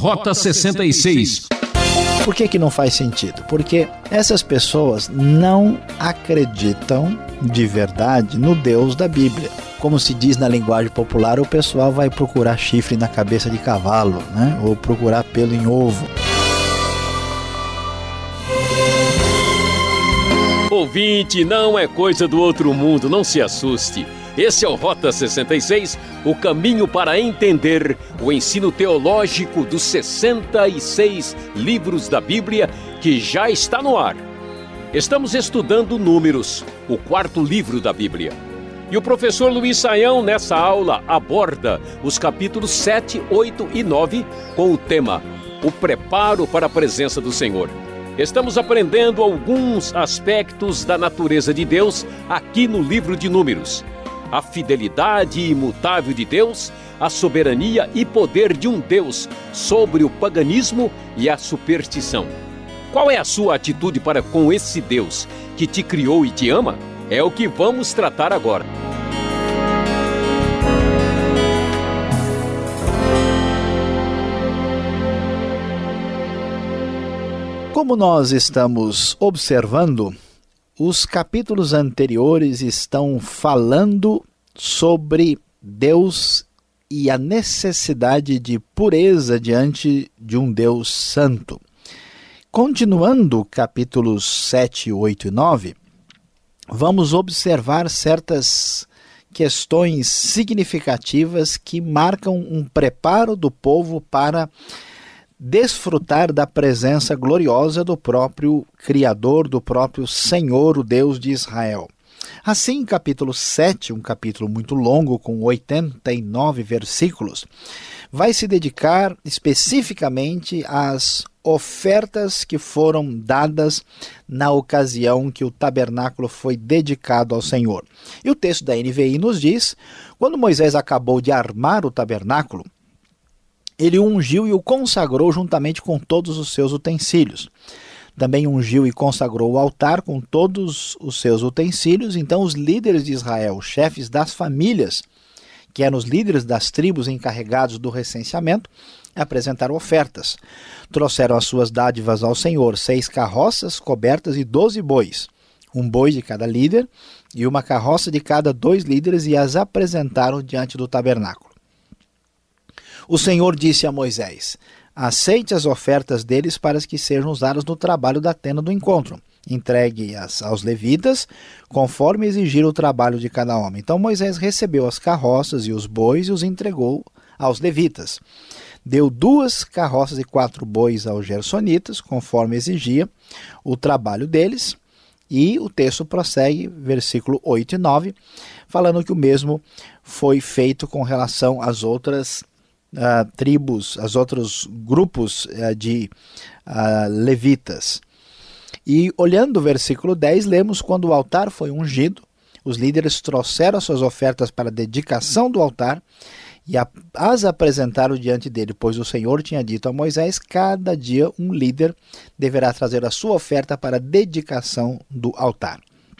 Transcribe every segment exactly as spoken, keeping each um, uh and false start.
Rota sessenta e seis. Por que que não faz sentido? Porque essas pessoas não acreditam de verdade no Deus da Bíblia. Como se diz na linguagem popular, o pessoal vai procurar chifre na cabeça de cavalo, né? Ou procurar pelo em ovo. Ouvinte, não é coisa do outro mundo, não se assuste. Esse é o Rota sessenta e seis, o caminho para entender o ensino teológico dos sessenta e seis livros da Bíblia, que já está no ar. Estamos estudando Números, o quarto livro da Bíblia. E o professor Luiz Saião, nessa aula, aborda os capítulos sete, oito e nove com o tema O Preparo para a Presença do Senhor. Estamos aprendendo alguns aspectos da natureza de Deus aqui no livro de Números. A fidelidade imutável de Deus, a soberania e poder de um Deus sobre o paganismo e a superstição. Qual é a sua atitude para com esse Deus que te criou e te ama? É o que vamos tratar agora. Como nós estamos observando, os capítulos anteriores estão falando sobre Deus e a necessidade de pureza diante de um Deus santo. Continuando capítulos sete, oito e nove, vamos observar certas questões significativas que marcam um preparo do povo para desfrutar da presença gloriosa do próprio Criador, do próprio Senhor, o Deus de Israel. Assim, capítulo sete, um capítulo muito longo, com oitenta e nove versículos, vai se dedicar especificamente às ofertas que foram dadas na ocasião que o tabernáculo foi dedicado ao Senhor. E o texto da N V I nos diz, quando Moisés acabou de armar o tabernáculo, ele o ungiu e o consagrou juntamente com todos os seus utensílios. Também ungiu e consagrou o altar com todos os seus utensílios. Então os líderes de Israel, os chefes das famílias, que eram os líderes das tribos encarregados do recenseamento, apresentaram ofertas. Trouxeram as suas dádivas ao Senhor, seis carroças cobertas e doze bois, um boi de cada líder e uma carroça de cada dois líderes, e as apresentaram diante do tabernáculo. O Senhor disse a Moisés: aceite as ofertas deles para que sejam usadas no trabalho da tenda do encontro. Entregue-as aos levitas, conforme exigir o trabalho de cada homem. Então Moisés recebeu as carroças e os bois e os entregou aos levitas. Deu duas carroças e quatro bois aos gersonitas, conforme exigia o trabalho deles. E o texto prossegue, versículo oito e nove, falando que o mesmo foi feito com relação às outras Uh, tribos, os outros grupos uh, de uh, levitas. E olhando o versículo dez, lemos: quando o altar foi ungido, os líderes trouxeram as suas ofertas para a dedicação do altar e a, as apresentaram diante dele, pois o Senhor tinha dito a Moisés: cada dia um líder deverá trazer a sua oferta para a dedicação do altar.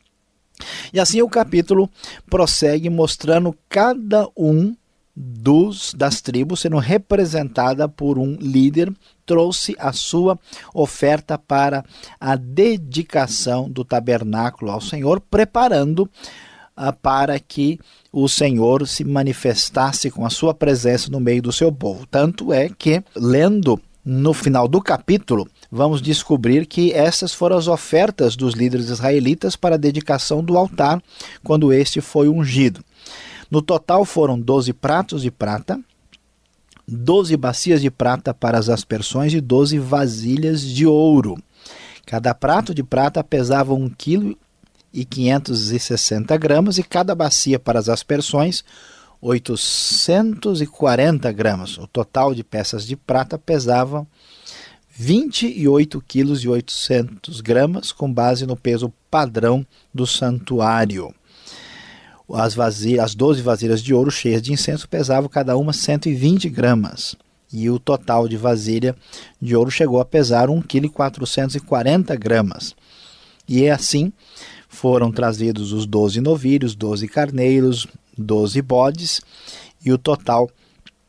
E assim o capítulo prossegue mostrando cada um Dos, das tribos sendo representada por um líder, trouxe a sua oferta para a dedicação do tabernáculo ao Senhor, preparando uh, para que o Senhor se manifestasse com a sua presença no meio do seu povo. Tanto é que, lendo no final do capítulo, vamos descobrir que essas foram as ofertas dos líderes israelitas para a dedicação do altar, quando este foi ungido. No total foram doze pratos de prata, doze bacias de prata para as aspersões e doze vasilhas de ouro. Cada prato de prata pesava um vírgula quinhentos e sessenta gramas e cada bacia para as aspersões oitocentos e quarenta gramas. O total de peças de prata pesava vinte e oito vírgula oitocentos gramas, com base no peso padrão do santuário. As, vasilhas, as doze vasilhas de ouro cheias de incenso pesavam cada uma cento e vinte gramas. E o total de vasilha de ouro chegou a pesar um vírgula quatrocentos e quarenta gramas. E assim foram trazidos os doze novilhos, doze carneiros, doze bodes, e o total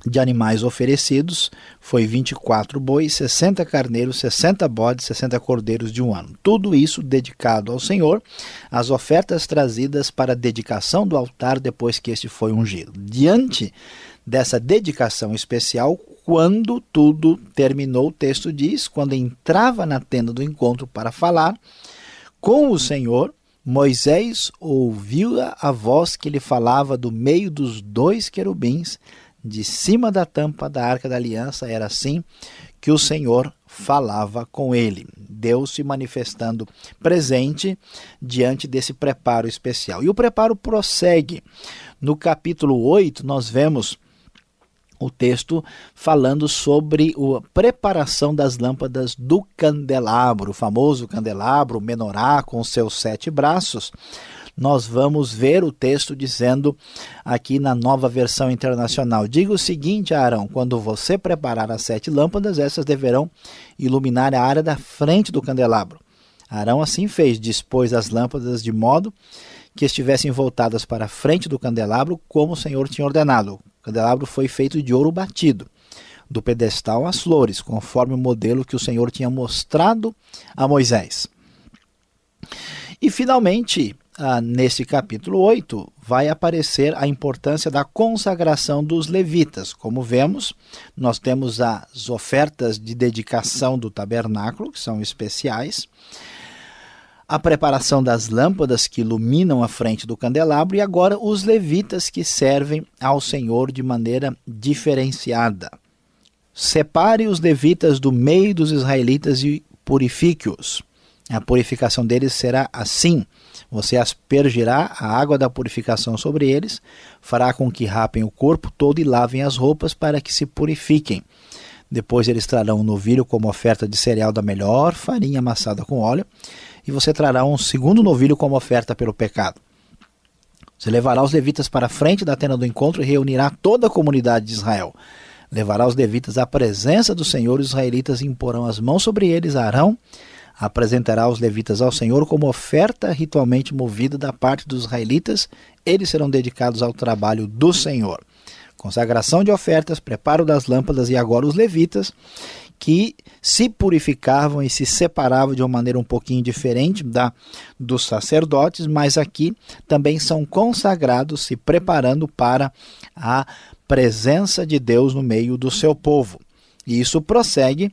de animais oferecidos foi vinte e quatro bois, sessenta carneiros, sessenta bodes, sessenta cordeiros de um ano. Tudo isso dedicado ao Senhor, as ofertas trazidas para a dedicação do altar depois que este foi ungido. Diante dessa dedicação especial, quando tudo terminou, o texto diz, quando entrava na tenda do encontro para falar com o Senhor, Moisés ouviu a voz que lhe falava do meio dos dois querubins, de cima da tampa da Arca da Aliança. Era assim que o Senhor falava com ele. Deus se manifestando presente diante desse preparo especial. E o preparo prossegue. No capítulo oito, nós vemos o texto falando sobre a preparação das lâmpadas do candelabro, o famoso candelabro, o menorá com seus sete braços. Nós vamos ver o texto dizendo aqui na Nova Versão Internacional: diga o seguinte a Arão, quando você preparar as sete lâmpadas, essas deverão iluminar a área da frente do candelabro. Arão assim fez, dispôs as lâmpadas de modo que estivessem voltadas para a frente do candelabro, como o Senhor tinha ordenado. O candelabro foi feito de ouro batido, do pedestal às flores, conforme o modelo que o Senhor tinha mostrado a Moisés. E finalmente, ah, nesse capítulo oito, vai aparecer a importância da consagração dos levitas. Como vemos, nós temos as ofertas de dedicação do tabernáculo, que são especiais, a preparação das lâmpadas que iluminam a frente do candelabro, e agora os levitas que servem ao Senhor de maneira diferenciada. Separe os levitas do meio dos israelitas e purifique-os. A purificação deles será assim: você aspergirá a água da purificação sobre eles, fará com que rapem o corpo todo e lavem as roupas para que se purifiquem. Depois eles trarão um novilho como oferta de cereal da melhor farinha amassada com óleo, e você trará um segundo novilho como oferta pelo pecado. Você levará os levitas para a frente da tenda do encontro e reunirá toda a comunidade de Israel. Levará os levitas à presença do Senhor, os israelitas imporão as mãos sobre eles. Arão apresentará os levitas ao Senhor como oferta ritualmente movida da parte dos israelitas. Eles serão dedicados ao trabalho do Senhor. Consagração de ofertas, preparo das lâmpadas, e agora os levitas, que se purificavam e se separavam de uma maneira um pouquinho diferente da dos sacerdotes, mas aqui também são consagrados, se preparando para a presença de Deus no meio do seu povo. E isso prossegue,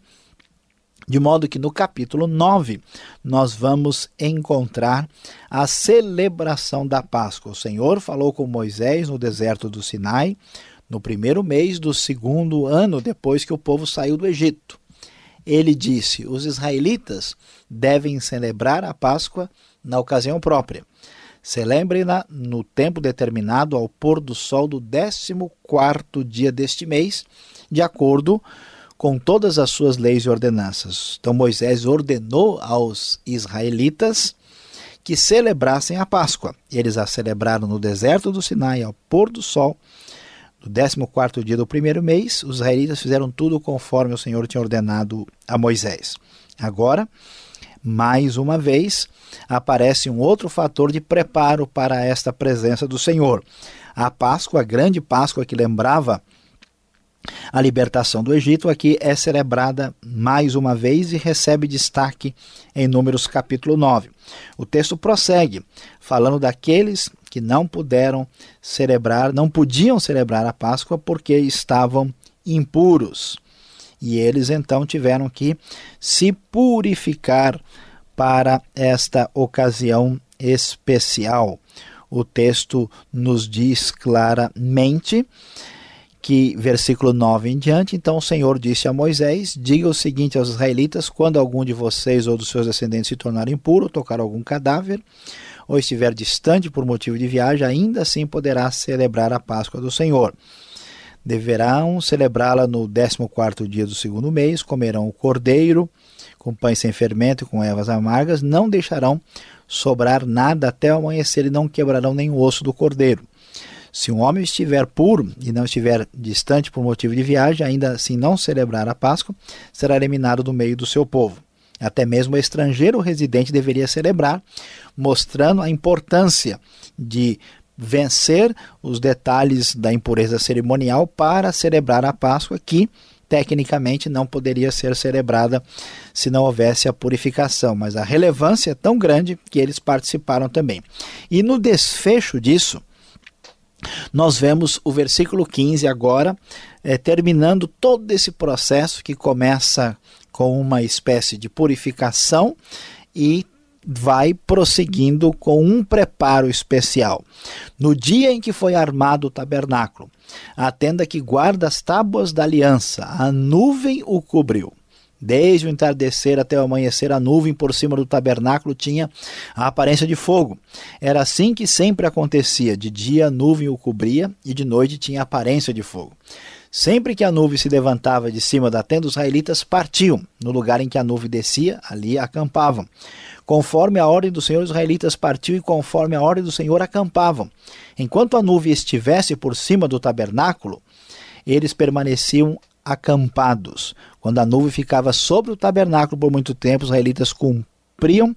de modo que no capítulo nove nós vamos encontrar a celebração da Páscoa. O Senhor falou com Moisés no deserto do Sinai, no primeiro mês do segundo ano depois que o povo saiu do Egito. Ele disse: os israelitas devem celebrar a Páscoa na ocasião própria. Celebrem-na no tempo determinado ao pôr do sol do décimo quarto dia deste mês, de acordo com todas as suas leis e ordenanças. Então Moisés ordenou aos israelitas que celebrassem a Páscoa. Eles a celebraram no deserto do Sinai ao pôr do sol no décimo quarto dia do primeiro mês. Os israelitas fizeram tudo conforme o Senhor tinha ordenado a Moisés. Agora, mais uma vez, aparece um outro fator de preparo para esta presença do Senhor. A Páscoa, a grande Páscoa que lembrava a libertação do Egito, aqui é celebrada mais uma vez e recebe destaque em Números capítulo nove. O texto prossegue, falando daqueles que não puderam celebrar, não podiam celebrar a Páscoa porque estavam impuros. E eles então tiveram que se purificar para esta ocasião especial. O texto nos diz claramente que, versículo nove em diante, então o Senhor disse a Moisés: diga o seguinte aos israelitas: quando algum de vocês ou dos seus descendentes se tornar impuro, tocar algum cadáver, ou estiver distante por motivo de viagem, ainda assim poderá celebrar a Páscoa do Senhor. Deverão celebrá-la no décimo quarto dia do segundo mês, comerão o cordeiro com pães sem fermento e com ervas amargas, não deixarão sobrar nada até o amanhecer e não quebrarão nem o osso do cordeiro. Se um homem estiver puro e não estiver distante por motivo de viagem, ainda assim não celebrar a Páscoa, será eliminado do meio do seu povo. Até mesmo o estrangeiro residente deveria celebrar, mostrando a importância de vencer os detalhes da impureza cerimonial para celebrar a Páscoa, que tecnicamente não poderia ser celebrada se não houvesse a purificação, mas a relevância é tão grande que eles participaram também. E no desfecho disso, nós vemos o versículo quinze agora, é, terminando todo esse processo que começa com uma espécie de purificação e vai prosseguindo com um preparo especial. No dia em que foi armado o tabernáculo, a tenda que guarda as tábuas da aliança, a nuvem o cobriu. Desde o entardecer até o amanhecer, a nuvem por cima do tabernáculo tinha a aparência de fogo. Era assim que sempre acontecia. De dia a nuvem o cobria e de noite tinha a aparência de fogo. Sempre que a nuvem se levantava de cima da tenda, os israelitas partiam. No lugar em que a nuvem descia, ali acampavam. Conforme a ordem do Senhor, os israelitas partiam e conforme a ordem do Senhor acampavam. Enquanto a nuvem estivesse por cima do tabernáculo, eles permaneciam acampados. Quando a nuvem ficava sobre o tabernáculo por muito tempo, os israelitas cumpriam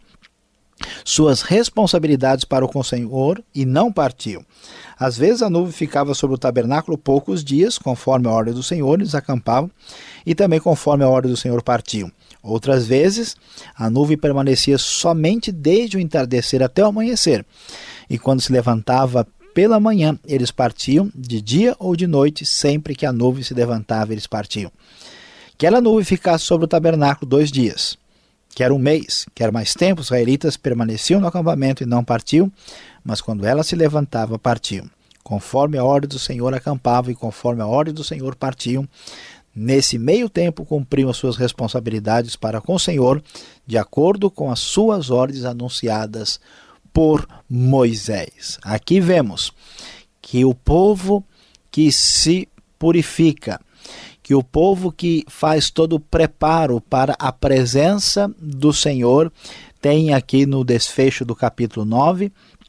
suas responsabilidades para com o Senhor e não partiam. Às vezes a nuvem ficava sobre o tabernáculo poucos dias, conforme a ordem do Senhor, eles acampavam, e também conforme a ordem do Senhor partiam. Outras vezes, a nuvem permanecia somente desde o entardecer até o amanhecer, e quando se levantava pela manhã, eles partiam, de dia ou de noite, sempre que a nuvem se levantava, eles partiam. Quer a nuvem ficasse sobre o tabernáculo dois dias, quer um mês, quer mais tempo, os israelitas permaneciam no acampamento e não partiam, mas quando ela se levantava, partiam. Conforme a ordem do Senhor acampavam e conforme a ordem do Senhor partiam. Nesse meio tempo cumpriam as suas responsabilidades para com o Senhor, de acordo com as suas ordens anunciadas por Moisés. Aqui vemos que o povo que se purifica, que o povo que faz todo o preparo para a presença do Senhor, tem aqui no desfecho do capítulo nove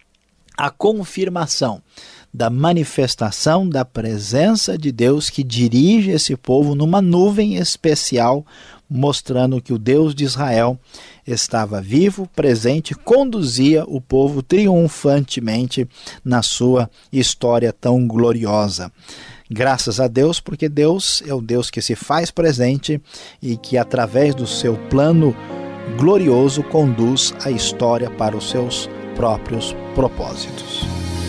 a confirmação da manifestação da presença de Deus que dirige esse povo numa nuvem especial, mostrando que o Deus de Israel estava vivo, presente, conduzia o povo triunfantemente na sua história tão gloriosa. Graças a Deus, porque Deus é o Deus que se faz presente e que através do seu plano glorioso conduz a história para os seus próprios propósitos.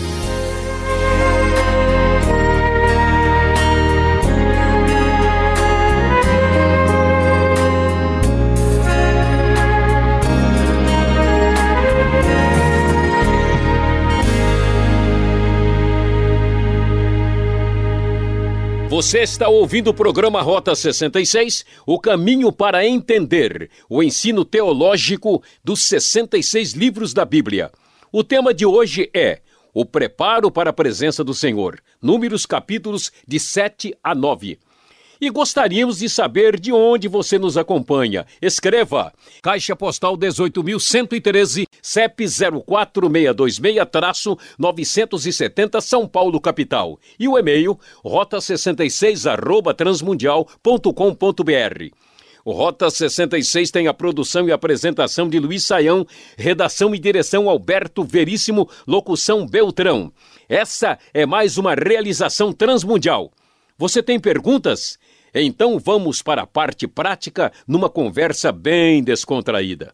Você está ouvindo o programa Rota sessenta e seis, o caminho para entender o ensino teológico dos sessenta e seis livros da Bíblia. O tema de hoje é o preparo para a presença do Senhor, Números capítulos de sete a nove. E gostaríamos de saber de onde você nos acompanha. Escreva Caixa Postal dezoito mil cento e treze, C E P zero quatro seis dois seis, novecentos e setenta, São Paulo, capital. E o e-mail rota sessenta e seis arroba transmundial ponto com ponto br. O Rota sessenta e seis tem a produção e apresentação de Luiz Saião, redação e direção Alberto Veríssimo, locução Beltrão. Essa é mais uma realização transmundial. Você tem perguntas? Então vamos para a parte prática numa conversa bem descontraída.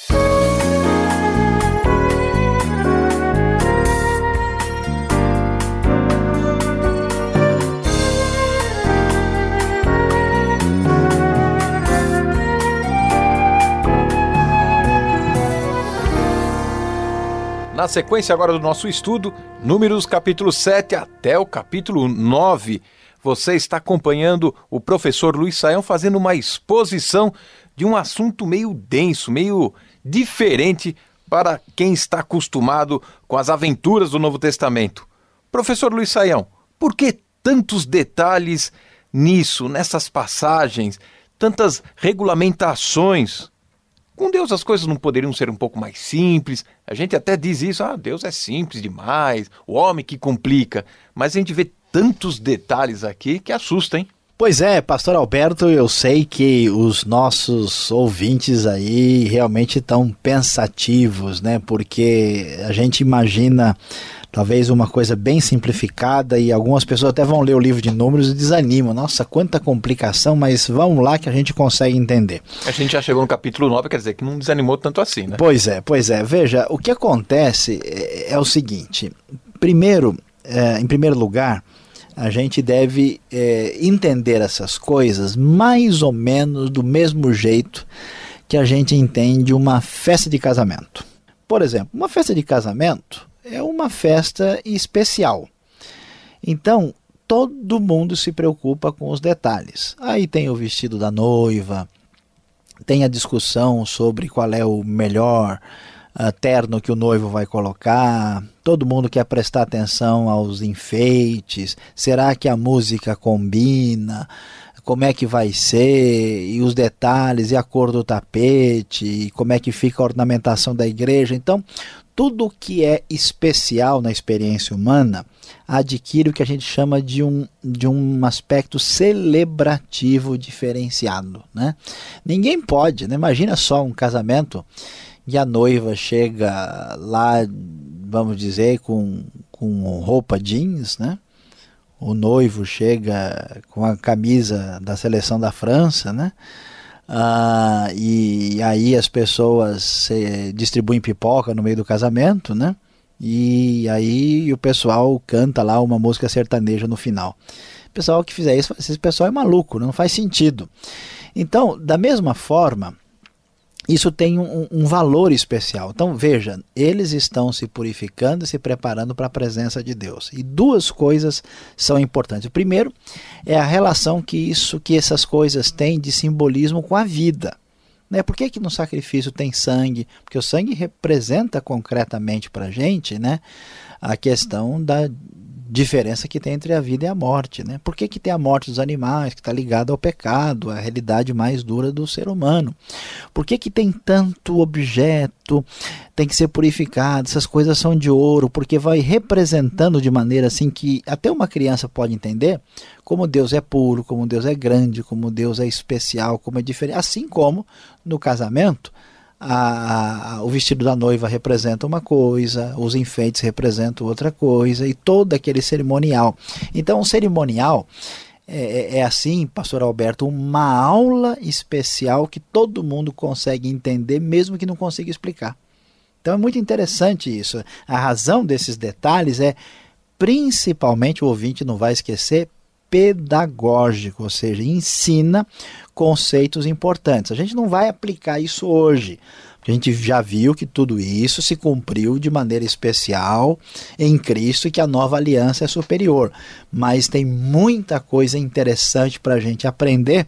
Na sequência agora do nosso estudo, Números capítulo sete até o capítulo nove, você está acompanhando o professor Luiz Saião fazendo uma exposição de um assunto meio denso, meio diferente para quem está acostumado com as aventuras do Novo Testamento. Professor Luiz Saião, por que tantos detalhes nisso, nessas passagens, tantas regulamentações? Com Deus as coisas não poderiam ser um pouco mais simples? A gente até diz isso, ah, Deus é simples demais, o homem que complica. Mas a gente vê tantos detalhes aqui que assusta, hein? Pois é, pastor Alberto, eu sei que os nossos ouvintes aí realmente estão pensativos, né? Porque a gente imagina talvez uma coisa bem simplificada, e algumas pessoas até vão ler o livro de Números e desanimam. Nossa, quanta complicação, mas vamos lá que a gente consegue entender. A gente já chegou no capítulo nove, quer dizer que não desanimou tanto assim, né? Pois é, pois é. Veja, o que acontece é, é o seguinte. Primeiro, é, em primeiro lugar, a gente deve é, entender essas coisas mais ou menos do mesmo jeito que a gente entende uma festa de casamento. Por exemplo, uma festa de casamento é uma festa especial. Então, todo mundo se preocupa com os detalhes. Aí tem o vestido da noiva, tem a discussão sobre qual é o melhor uh, terno que o noivo vai colocar. Todo mundo quer prestar atenção aos enfeites. Será que a música combina? Como é que vai ser? E os detalhes, e a cor do tapete, e como é que fica a ornamentação da igreja. Então, tudo que é especial na experiência humana adquire o que a gente chama de um, de um aspecto celebrativo diferenciado, né? Ninguém pode, né? Imagina só um casamento e a noiva chega lá, vamos dizer, com, com roupa jeans, né? O noivo chega com a camisa da seleção da França, né? Ah, e aí as pessoas eh, distribuem pipoca no meio do casamento, né? E aí o pessoal canta lá uma música sertaneja no final. O pessoal que fizer isso, esse pessoal é maluco, não faz sentido. Então, da mesma forma, isso tem um, um valor especial. Então veja, eles estão se purificando e se preparando para a presença de Deus. E duas coisas são importantes. O primeiro é a relação que, isso, que essas coisas têm de simbolismo com a vida. Né? Por que que no sacrifício tem sangue? Porque o sangue representa concretamente para a gente, né, a questão da diferença que tem entre a vida e a morte, né? Por que que tem a morte dos animais, que está ligada ao pecado, a realidade mais dura do ser humano? Por que que tem tanto objeto, tem que ser purificado, essas coisas são de ouro? Porque vai representando de maneira assim que até uma criança pode entender como Deus é puro, como Deus é grande, como Deus é especial, como é diferente. Assim como no casamento, A, a, o vestido da noiva representa uma coisa, os enfeites representam outra coisa, e todo aquele cerimonial. Então o cerimonial é, é assim, pastor Alberto, uma aula especial que todo mundo consegue entender, mesmo que não consiga explicar. Então é muito interessante isso. A razão desses detalhes é, principalmente, o ouvinte não vai esquecer, pedagógico, ou seja, ensina conceitos importantes. A gente não vai aplicar isso hoje, porque a gente já viu que tudo isso se cumpriu de maneira especial em Cristo e que a nova aliança é superior. Mas tem muita coisa interessante para a gente aprender,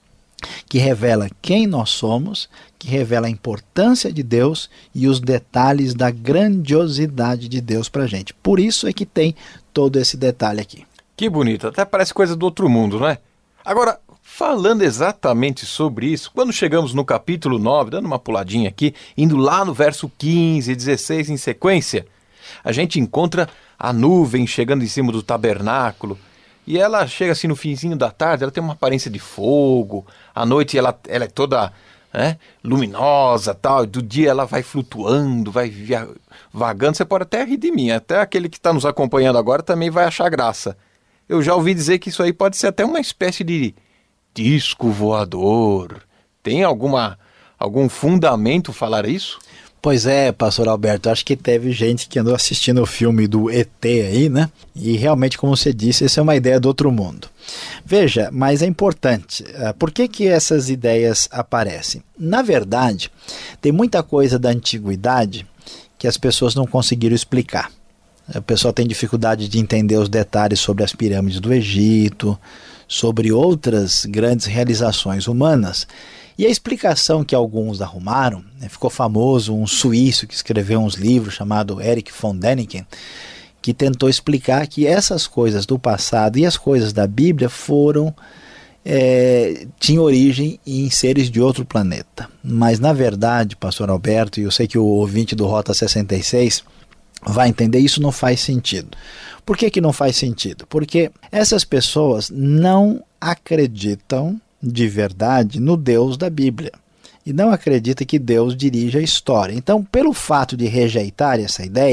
que revela quem nós somos, que revela a importância de Deus e os detalhes da grandiosidade de Deus para a gente. Por isso é que tem todo esse detalhe aqui. Que bonito, até parece coisa do outro mundo, não é? Agora, falando exatamente sobre isso, quando chegamos no capítulo nove, dando uma puladinha aqui, indo lá no verso quinze e dezesseis em sequência, a gente encontra a nuvem chegando em cima do tabernáculo, e ela chega assim no finzinho da tarde, ela tem uma aparência de fogo, à noite ela, ela é toda, né, luminosa, tal, do dia ela vai flutuando, vai via, vagando. Você pode até rir de mim, até aquele que está nos acompanhando agora também vai achar graça. Eu já ouvi dizer que isso aí pode ser até uma espécie de disco voador. Tem alguma, algum fundamento falar isso? Pois é, pastor Alberto, acho que teve gente que andou assistindo o filme do E T aí, né? E realmente, como você disse, essa é uma ideia do outro mundo. Veja, mas é importante. Por que que essas ideias aparecem? Na verdade, tem muita coisa da antiguidade que as pessoas não conseguiram explicar. O pessoal tem dificuldade de entender os detalhes sobre as pirâmides do Egito, sobre outras grandes realizações humanas. E a explicação que alguns arrumaram, né, ficou famoso um suíço que escreveu uns livros chamado Erich von Däniken, que tentou explicar que essas coisas do passado e as coisas da Bíblia foram, é, tinham origem em seres de outro planeta. Mas na verdade, pastor Alberto, e eu sei que o ouvinte do Rota sessenta e seis vai entender, isso não faz sentido. Por que que não faz sentido? Porque essas pessoas não acreditam de verdade no Deus da Bíblia e não acreditam que Deus dirige a história. Então, pelo fato de rejeitar essa ideia,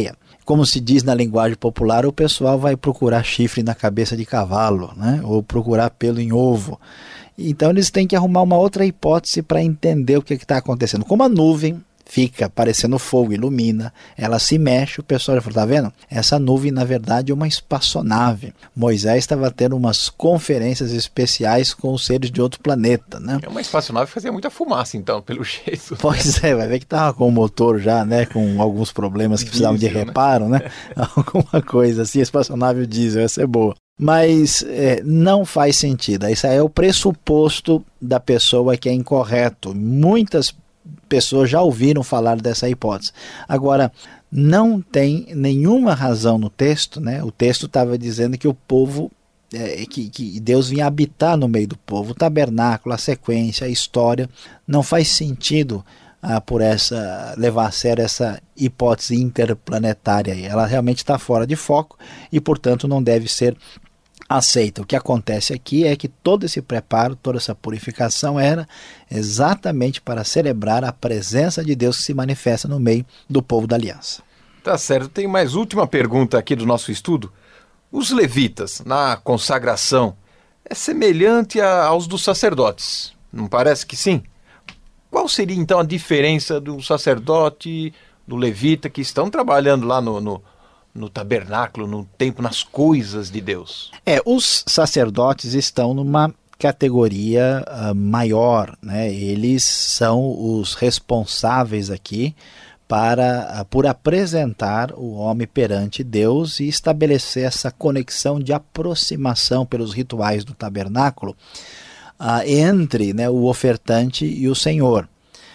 como se diz na linguagem popular, o pessoal vai procurar chifre na cabeça de cavalo, né? Ou procurar pelo em ovo. Então eles têm que arrumar uma outra hipótese para entender o que está acontecendo. Como a nuvem fica parecendo fogo, ilumina, ela se mexe, o pessoal já falou, tá vendo? Essa nuvem, na verdade, é uma espaçonave. Moisés estava tendo umas conferências especiais com os seres de outro planeta, né? É uma espaçonave que fazia muita fumaça, então, pelo jeito. Pois é, vai ver que estava com o motor já, né? Com alguns problemas que precisavam de reparo, né? né? Alguma coisa assim, a espaçonave diesel, essa é boa. Mas é, não faz sentido. Isso aí é o pressuposto da pessoa que é incorreto. Muitas pessoas já ouviram falar dessa hipótese. Agora, não tem nenhuma razão no texto, né? O texto estava dizendo que o povo, é, que, que Deus vinha habitar no meio do povo. O tabernáculo, a sequência, a história, não faz sentido ah, por essa, levar a sério essa hipótese interplanetária aí. Ela realmente está fora de foco e, portanto, não deve ser aceita. O que acontece aqui é que todo esse preparo, toda essa purificação era exatamente para celebrar a presença de Deus que se manifesta no meio do povo da aliança. Tá certo. Tem mais última pergunta aqui do nosso estudo. Os levitas, na consagração, é semelhante a, aos dos sacerdotes? Não parece que sim? Qual seria então a diferença do sacerdote, do levita, que estão trabalhando lá no... no no tabernáculo, no templo, nas coisas de Deus? É, os sacerdotes estão numa categoria uh, maior, né? Eles são os responsáveis aqui para, uh, por apresentar o homem perante Deus e estabelecer essa conexão de aproximação pelos rituais do tabernáculo uh, entre, né, o ofertante e o Senhor.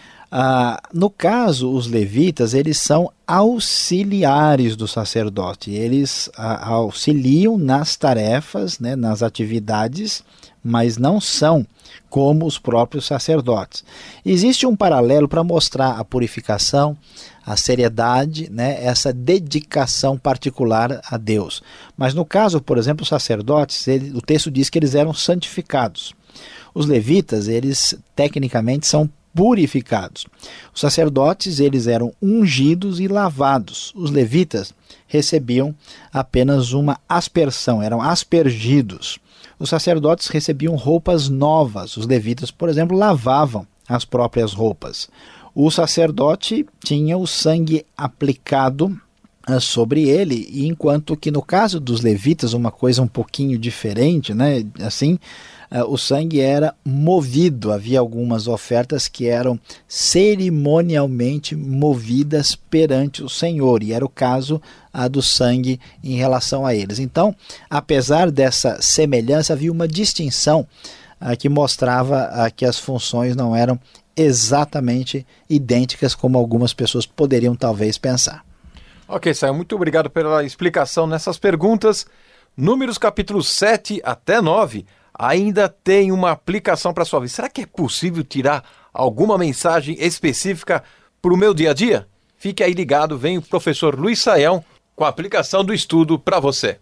Ah, no caso, os levitas, eles são auxiliares do sacerdote, eles ah, auxiliam nas tarefas, né, nas atividades, mas não são como os próprios sacerdotes. Existe um paralelo para mostrar a purificação, a seriedade, né, essa dedicação particular a Deus. Mas no caso, por exemplo, os sacerdotes, ele, o texto diz que eles eram santificados. Os levitas, eles tecnicamente são purificados. Os sacerdotes, eles eram ungidos e lavados. Os levitas recebiam apenas uma aspersão, eram aspergidos. Os sacerdotes recebiam roupas novas. Os levitas, por exemplo, lavavam as próprias roupas. O sacerdote tinha o sangue aplicado sobre ele, enquanto que no caso dos levitas, uma coisa um pouquinho diferente, né? Assim, uh, o sangue era movido. Havia algumas ofertas que eram cerimonialmente movidas perante o Senhor, e era o caso uh, do sangue em relação a eles. Então, apesar dessa semelhança, havia uma distinção uh, que mostrava uh, que as funções não eram exatamente idênticas como algumas pessoas poderiam talvez pensar. Ok, Saio, muito obrigado pela explicação nessas perguntas. Números capítulos sete até nove ainda tem uma aplicação para a sua vida. Será que é possível tirar alguma mensagem específica para o meu dia a dia? Fique aí ligado, vem o professor Luiz Saião com a aplicação do estudo para você.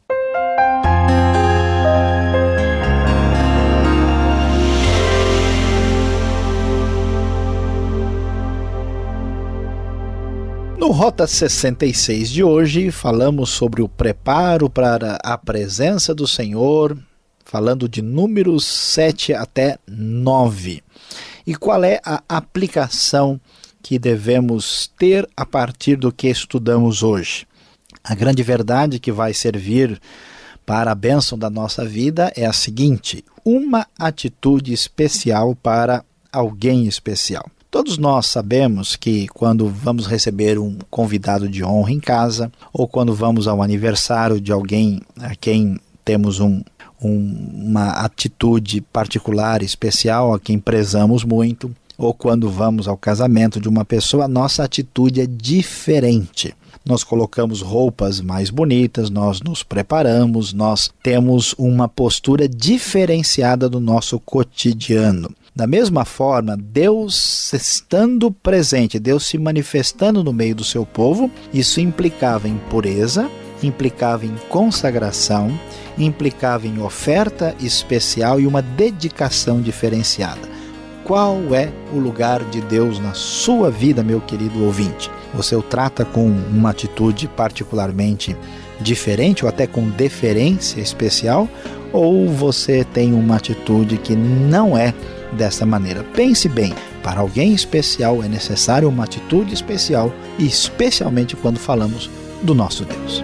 No Rota sessenta e seis de hoje, falamos sobre o preparo para a presença do Senhor, falando de Números sete até nove. E qual é a aplicação que devemos ter a partir do que estudamos hoje? A grande verdade que vai servir para a bênção da nossa vida é a seguinte: uma atitude especial para alguém especial. Todos nós sabemos que quando vamos receber um convidado de honra em casa, ou quando vamos ao aniversário de alguém a quem temos um, um, uma atitude particular, especial, a quem prezamos muito, ou quando vamos ao casamento de uma pessoa, a nossa atitude é diferente. Nós colocamos roupas mais bonitas, nós nos preparamos, nós temos uma postura diferenciada do nosso cotidiano. Da mesma forma, Deus estando presente, Deus se manifestando no meio do seu povo, isso implicava em pureza, implicava em consagração, implicava em oferta especial e uma dedicação diferenciada. Qual é o lugar de Deus na sua vida, meu querido ouvinte? Você o trata com uma atitude particularmente diferente ou até com deferência especial? Ou você tem uma atitude que não é dessa maneira? Pense bem, para alguém especial é necessário uma atitude especial, e especialmente quando falamos do nosso Deus.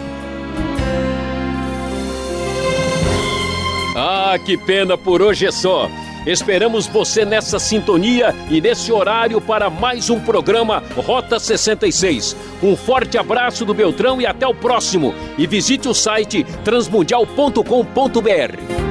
Ah, que pena, por hoje é só. Esperamos você nessa sintonia e nesse horário para mais um programa Rota sessenta e seis. Um forte abraço do Beltrão e até o próximo. E visite o site transmundial ponto com ponto br.